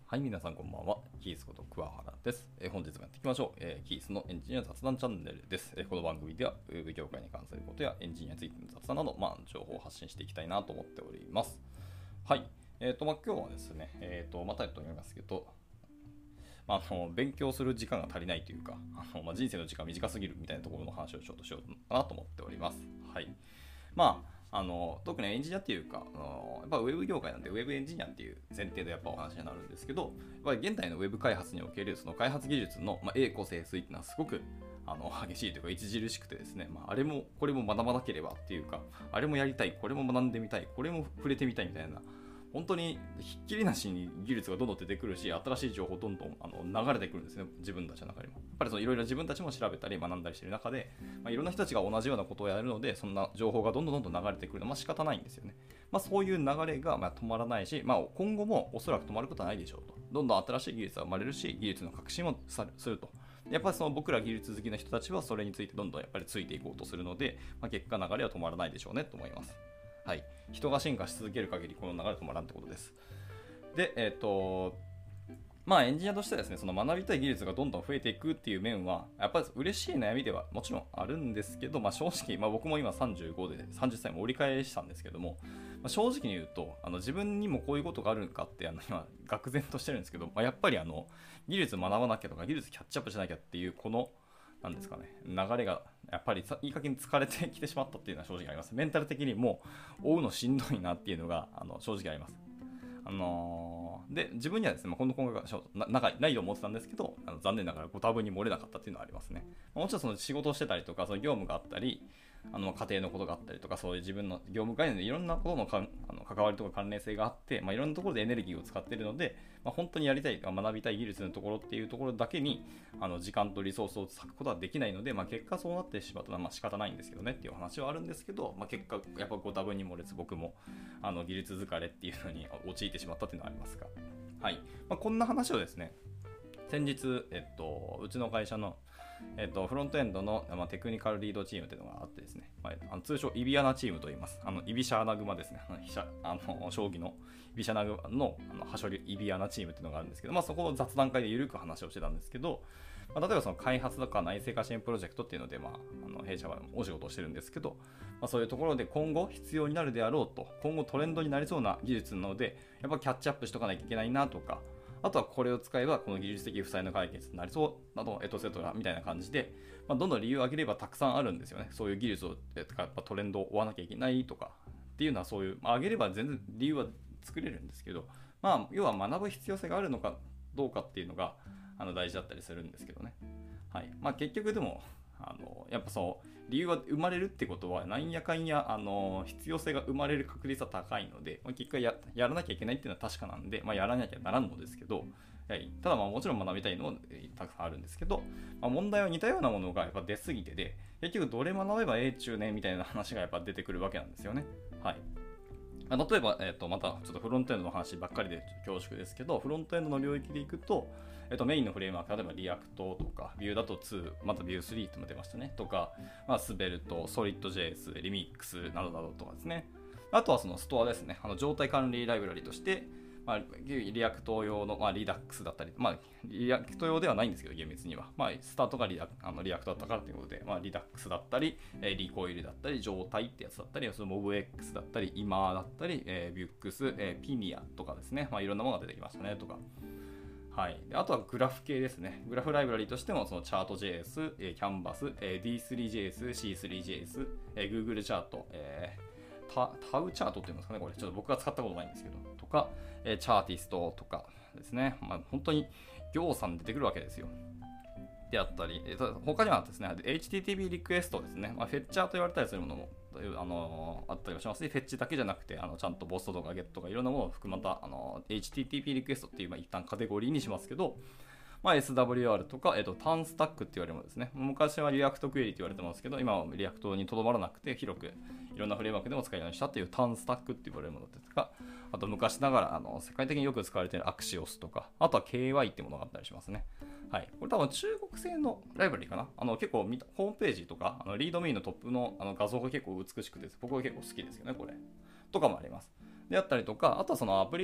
はい、皆さんこんばんは。キースこと桑原です。本日もやっていきましょう。キースのエンジニア雑談チャンネルです。この番組ではウェブ業界に関することやエンジニアについての雑談など、情報を発信していきたいなと思っております。はい。今日はですね、タイトル読みますけど、勉強する時間が足りないというか、人生の時間短すぎるみたいなところの話をちょっとしようかなと思っております。はい。特にエンジニアっていうか、やっぱウェブ業界なんでウェブエンジニアっていう前提でやっぱお話になるんですけど、やっぱり現代のウェブ開発におけるその開発技術の、栄枯盛衰っていうのはすごく激しいというか著しくてですね、あれもこれも学ばなければっていうか、あれもやりたい、これも学んでみたい、これも触れてみたいみたいな、本当にひっきりなしに技術がどんどん出てくるし、新しい情報どんどん流れてくるんですね、自分たちの中にも。やっぱりいろいろ自分たちも調べたり学んだりしている中で、いろんな人たちが同じようなことをやるので、そんな情報がどんどん流れてくるのは仕方ないんですよね。そういう流れが止まらないし、今後もおそらく止まることはないでしょうと。どんどん新しい技術が生まれるし、技術の革新もすると。やっぱりその僕ら技術好きな人たちはそれについてどんどんやっぱりついていこうとするので、結果流れは止まらないでしょうねと思います。はい、人が進化し続ける限りこの流れ止まらんってことです。で、エンジニアとしてはですね、その学びたい技術がどんどん増えていくっていう面は、やっぱり嬉しい悩みではもちろんあるんですけど、正直、僕も今35で30歳も折り返したんですけども、正直に言うと、自分にもこういうことがあるのかって今、愕然としてるんですけど、やっぱり技術学ばなきゃとか、技術キャッチアップしなきゃっていう、この、なんですかね、流れがやっぱりいい加減疲れてきてしまったっていうのは正直あります。メンタル的にもう追うのしんどいなっていうのが正直あります。で自分にはですね、この今後がないと思ってたんですけど、残念ながらご多分に漏れなかったっていうのはありますね。もちろんその仕事をしてたりとか、その業務があったり、家庭のことがあったりとか、そういう自分の業務概念でいろんなことの関わりとか関連性があって、いろんなところでエネルギーを使っているので、本当にやりたい、学びたい技術のところっていうところだけに時間とリソースを割くことはできないので、結果そうなってしまったのは仕方ないんですけどねっていう話はあるんですけど、結果やっぱご多分に漏れず僕も技術疲れっていうのに陥ってしまったっていうのはありますが、はい。こんな話をですね、先日、うちの会社の、フロントエンドの、テクニカルリードチームというのがあってですね、通称イビアナチームと言います。イビシャーナグマですね。将棋のイビシャーナグマのはしょりイビアナチームというのがあるんですけど、そこの雑談会でゆるく話をしてたんですけど、例えばその開発とか内製化支援プロジェクトっていうので、弊社はお仕事をしてるんですけど、そういうところで今後必要になるであろうと、今後トレンドになりそうな技術なので、やっぱキャッチアップしとかなきゃいけないなとか、あとはこれを使えばこの技術的負債の解決になりそうなど、エトセトラみたいな感じで、どんどん理由を挙げればたくさんあるんですよね。そういう技術を使ったトレンドを追わなきゃいけないとかっていうのはそういう、挙げれば全然理由は作れるんですけど、要は学ぶ必要性があるのかどうかっていうのが大事だったりするんですけどね。はい。結局でもやっぱそう理由は生まれるってことはなんやかんや必要性が生まれる確率は高いので、結果やらなきゃいけないっていうのは確かなんで、やらなきゃならんのですけど、はい、ただもちろん学びたいのもたくさんあるんですけど、問題は似たようなものがやっぱ出過ぎてで、結局どれ学べばええ中年みたいな話がやっぱ出てくるわけなんですよね。はい。例えば、またちょっとフロントエンドの話ばっかりで恐縮ですけど、フロントエンドの領域でいくと、メインのフレームワーク、例えばリアクトとか、ビューだと2、またビュー3とも出ましたね。とか、スベルト、ソリッド JS、リミックスなどなどとかですね。あとはそのストアですね。状態管理ライブラリとして、リアクト用の、リダックスだったり、リアクト用ではないんですけど、厳密には。スタートがリアクトだったからということで、リダックスだったり、リコイルだったり、状態ってやつだったり、そのモブ X だったり、イマーだったり、ビュックス、ピニアとかですね。いろんなものが出てきましたね、とか。はい、あとはグラフ系ですね。グラフライブラリとしても、そのチャート JS、キャンバス、D3JS、C3JS、Google チャート、タウチャートっていうんですかね、これ。ちょっと僕が使ったことないんですけど。とか、チャーティストとかですね。本当に行さん出てくるわけですよ。であったり、他にはですね、HTTP リクエストですね。フェッチャーと言われたりするものもあったりはしますし、フェッチだけじゃなくて、ちゃんとボストとかゲットとかいろんなものを含またHTTP リクエストっていう一旦カテゴリーにしますけど、SWR とか、タンスタックって言われるものですね。昔はリアクトクエリって言われてますけど、今はリアクトにとどまらなくて、広くいろんなフレームワークでも使えるようにしたっていうタンスタックって言われるものですが、あと昔ながら世界的によく使われているアクシオスとか、あとは KY ってものがあったりしますね。はい、これ多分中国製のライブラリかな。結構ホームページとかリードミーのトップの画像が結構美しくて、僕は結構好きですよね、これ。とかもあります。であったりとか、あとはそのアプリ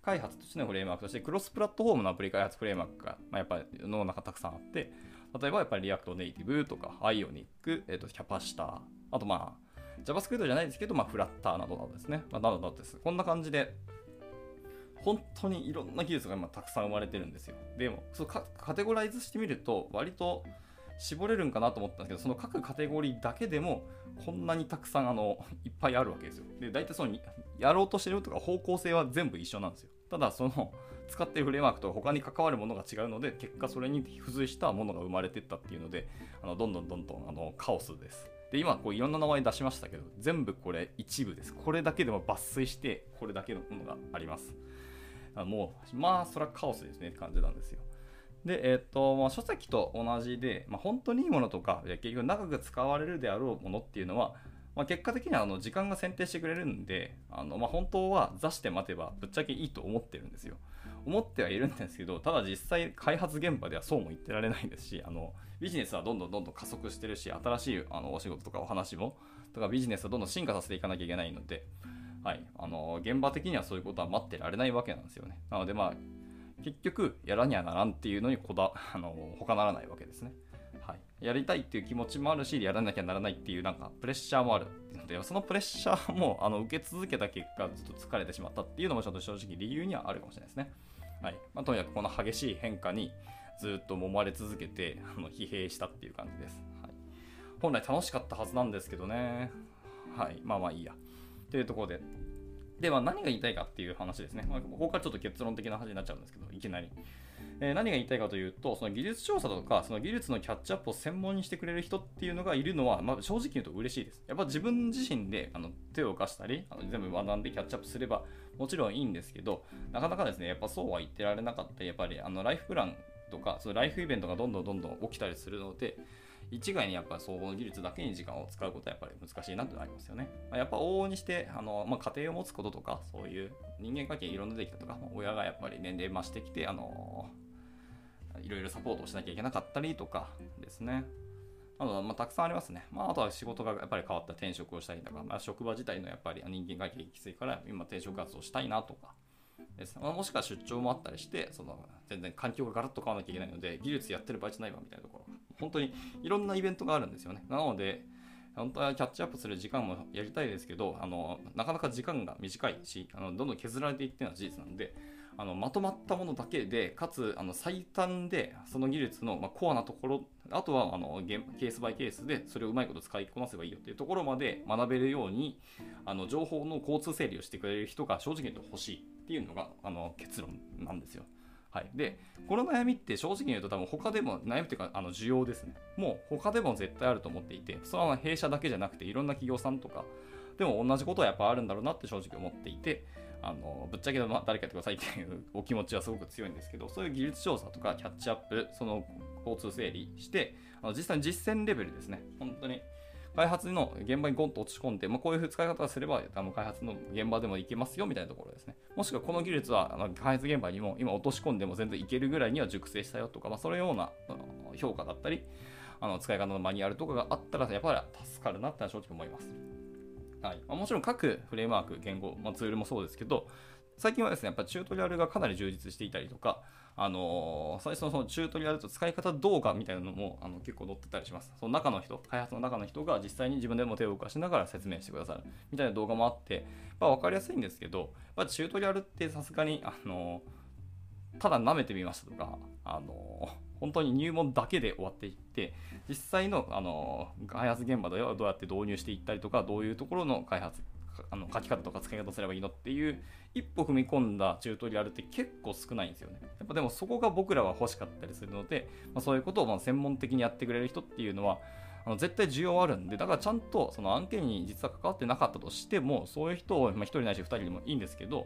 開発としてのフレームワークとしてクロスプラットフォームのアプリ開発フレームワークが、やっぱり世の中たくさんあって、例えばやっぱり React Native とか Ionic、キャパシター、あとJavaScript じゃないですけど、フラッターなどなどですね。などなどです。こんな感じで、本当にいろんな技術が今たくさん生まれてるんですよ。でも、カテゴライズしてみると、割と絞れるんかなと思ったんですけど、その各カテゴリーだけでも、こんなにたくさんいっぱいあるわけですよ。で、大体そのやろうとしてるとか方向性は全部一緒なんですよ。ただ、その使っているフレームワークと他に関わるものが違うので、結果それに付随したものが生まれていったっていうので、どんどんカオスです。で、今いろんな名前出しましたけど、全部これ一部です。これだけでも抜粋して、これだけのものがあります。もう、それはカオスですねって感じなんですよ。で、書籍と同じで、本当にいいものとか、結局長く使われるであろうものっていうのは、結果的には時間が選定してくれるんで、本当は座して待てばぶっちゃけいいと思ってるんですよ。思ってはいるんですけど、ただ実際開発現場ではそうも言ってられないですし、ビジネスはどんどん加速してるし、新しいお仕事とかお話も、とかビジネスはどんどん進化させていかなきゃいけないので、はい、現場的にはそういうことは待ってられないわけなんですよね。なので結局やらにゃならんっていうのに他ならないわけですね。はい、やりたいっていう気持ちもあるし、やらなきゃならないっていうプレッシャーもあるので、そのプレッシャーも受け続けた結果、ちょっと疲れてしまったっていうのもちょっと正直理由にはあるかもしれないですね。はい。とにかくこの激しい変化にずっと揉まれ続けて疲弊したっていう感じです。はい、本来楽しかったはずなんですけどね。はい。いいや。というところで。で、何が言いたいかっていう話ですね。ここからちょっと結論的な話になっちゃうんですけど、いきなり。何が言いたいかというと、その技術調査とか、その技術のキャッチアップを専門にしてくれる人っていうのがいるのは、正直言うと嬉しいです。やっぱ自分自身で手を貸したり、全部学んでキャッチアップすればもちろんいいんですけど、なかなかですね、やっぱそうは言ってられなかったり、やっぱりライフプランとか、そのライフイベントがどんどん起きたりするので、一概にやっぱ総合の技術だけに時間を使うことはやっぱり難しいなってなりますよね。やっぱ往々にして家庭を持つこととか、そういう人間関係いろんな出てきたとか、親がやっぱり年齢増してきていろいろサポートをしなきゃいけなかったりとかですね。たくさんありますね。あとは仕事がやっぱり変わった転職をしたりとか、職場自体のやっぱり人間関係きついから今転職活動したいなとかです。もしくは出張もあったりして、全然環境がガラッと変わらなきゃいけないので、技術やってる場合じゃないわみたいなところ。本当にいろんなイベントがあるんですよね。なので、本当はキャッチアップする時間もやりたいですけど、なかなか時間が短いし、どんどん削られていってるのは事実なんで、まとまったものだけで、かつ最短でその技術の、コアなところ、あとはケースバイケースでそれをうまいこと使いこなせばいいよっていうところまで学べるように、情報の交通整理をしてくれる人が正直言うと欲しいっていうのが結論なんですよ。はい、でこの悩みって正直に言うと多分他でも悩みっていうか需要ですね。もう他でも絶対あると思っていて、それは弊社だけじゃなくていろんな企業さんとかでも同じことはやっぱあるんだろうなって正直思っていて、ぶっちゃけ誰かやってくださいっていうお気持ちはすごく強いんですけど、そういう技術調査とかキャッチアップ、その交通整理して実際に実践レベルですね。本当に開発の現場にゴンと落ち込んで、こういう使い方をすれば開発の現場でもいけますよみたいなところですね。もしくはこの技術は開発現場にも今落とし込んでも全然いけるぐらいには熟成したよとか、そのような評価だったり使い方のマニュアルとかがあったらやっぱり助かるなって正直思います。はい、もちろん各フレームワーク、言語、ツールもそうですけど、最近はですね、やっぱチュートリアルがかなり充実していたりとか、最初のそのチュートリアルと使い方動画みたいなのも結構載ってたりします。その中の人、開発の中の人が実際に自分でも手を動かしながら説明してくださるみたいな動画もあって、分かりやすいんですけど、チュートリアルってさすがに、ただ舐めてみましたとか、本当に入門だけで終わっていって、実際の、開発現場ではどうやって導入していったりとか、どういうところの開発、書き方とか使い方すればいいのっていう一歩踏み込んだチュートリアルって結構少ないんですよね。やっぱでもそこが僕らは欲しかったりするので、そういうことを専門的にやってくれる人っていうのは絶対需要あるんで、だからちゃんとその案件に実は関わってなかったとしても、そういう人を1人ないし2人でもいいんですけど、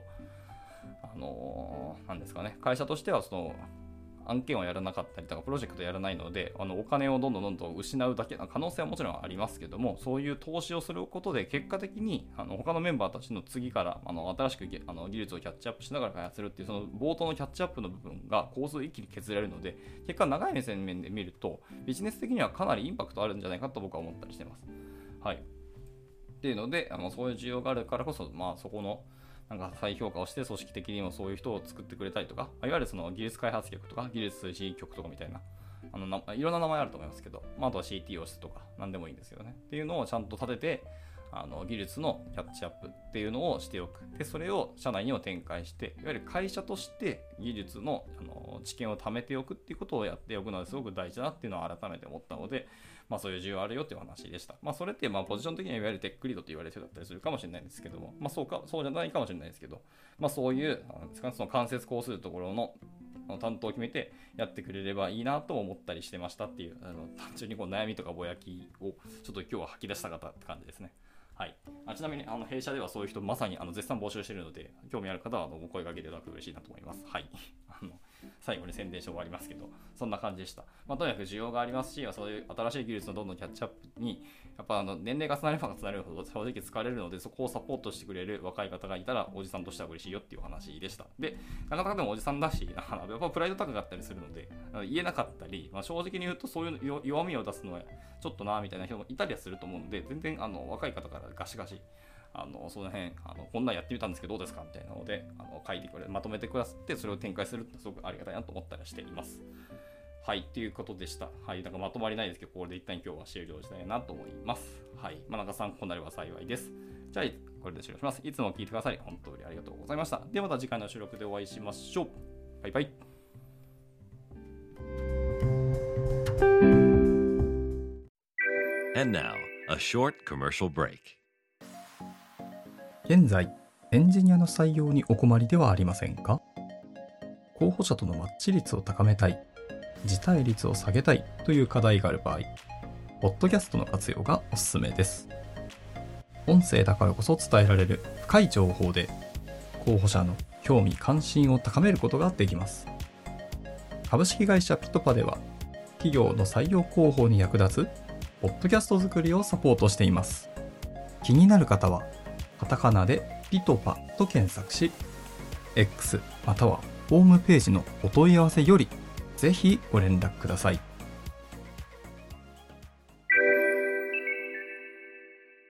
なんですかね、会社としてはその案件をやらなかったりとかプロジェクトやらないのでお金をどんどん失うだけ可能性はもちろんありますけども、そういう投資をすることで結果的に他のメンバーたちの次から新しく技術をキャッチアップしながら開発するっていうその冒頭のキャッチアップの部分が構図一気に削れるので、結果長い目線面で見るとビジネス的にはかなりインパクトあるんじゃないかと僕は思ったりしています。はい。っていうのでそういう需要があるからこそ、そこのなんか再評価をして組織的にもそういう人を作ってくれたりとか、いわゆるその技術開発局とか技術推進局とかみたいな、いろんな名前あると思いますけど、あとは CTO 室とか何でもいいんですよねっていうのをちゃんと立てて、技術のキャッチアップっていうのをしておく。で、それを社内にも展開して、いわゆる会社として技術の、知見を貯めておくっていうことをやっておくのはすごく大事だなっていうのを改めて思ったので、そういう需要あるよっていう話でした。それってポジション的にはいわゆるテックリードと言われてるだったりするかもしれないんですけども、そうじゃないかもしれないですけど、そういうその関節こうするところの担当を決めてやってくれればいいなと思ったりしてましたっていう、単純に悩みとかぼやきをちょっと今日は吐き出したかったって感じですね。はい。ちなみに弊社ではそういう人まさに絶賛募集しているので、興味ある方はお声掛けていただくと嬉しいなと思います。はい。最後に宣伝して終わりますけど、そんな感じでした。とにかく需要がありますし、そういう新しい技術のどんどんキャッチアップに、やっぱ年齢が重なれば重なるほど正直疲れるので、そこをサポートしてくれる若い方がいたら、おじさんとしては嬉しいよっていう話でした。で、なかなかでもおじさんだし、やっぱプライド高かったりするので、言えなかったり、正直に言うとそういう弱みを出すのはちょっとなみたいな人もいたりはすると思うので、全然若い方からガシガシ、その辺こんなんやってみたんですけどどうですかみたいなので書いてくれまとめてくださって、それを展開するってすごくありがたいなと思ったりしています。はい、ということでした。はい、だからまとまりないですけど、これで一旦今日は終了したいなと思います。はい、なんか参考になれば幸いです。じゃあこれで終了します。いつも聞いてくださり本当にありがとうございました。ではまた次回の収録でお会いしましょう。バイバイ。 And now, a short commercial break. 現在、エンジニアの採用にお困りではありませんか？候補者とのマッチ率を高めたい、辞退率を下げたいという課題がある場合、ポッドキャストの活用がおすすめです。音声だからこそ伝えられる深い情報で、候補者の興味関心を高めることができます。株式会社ピトパでは、企業の採用広報に役立つポッドキャスト作りをサポートしています。気になる方は、カタカナでピトパと検索し、X またはホームページのお問い合わせよりぜひご連絡ください。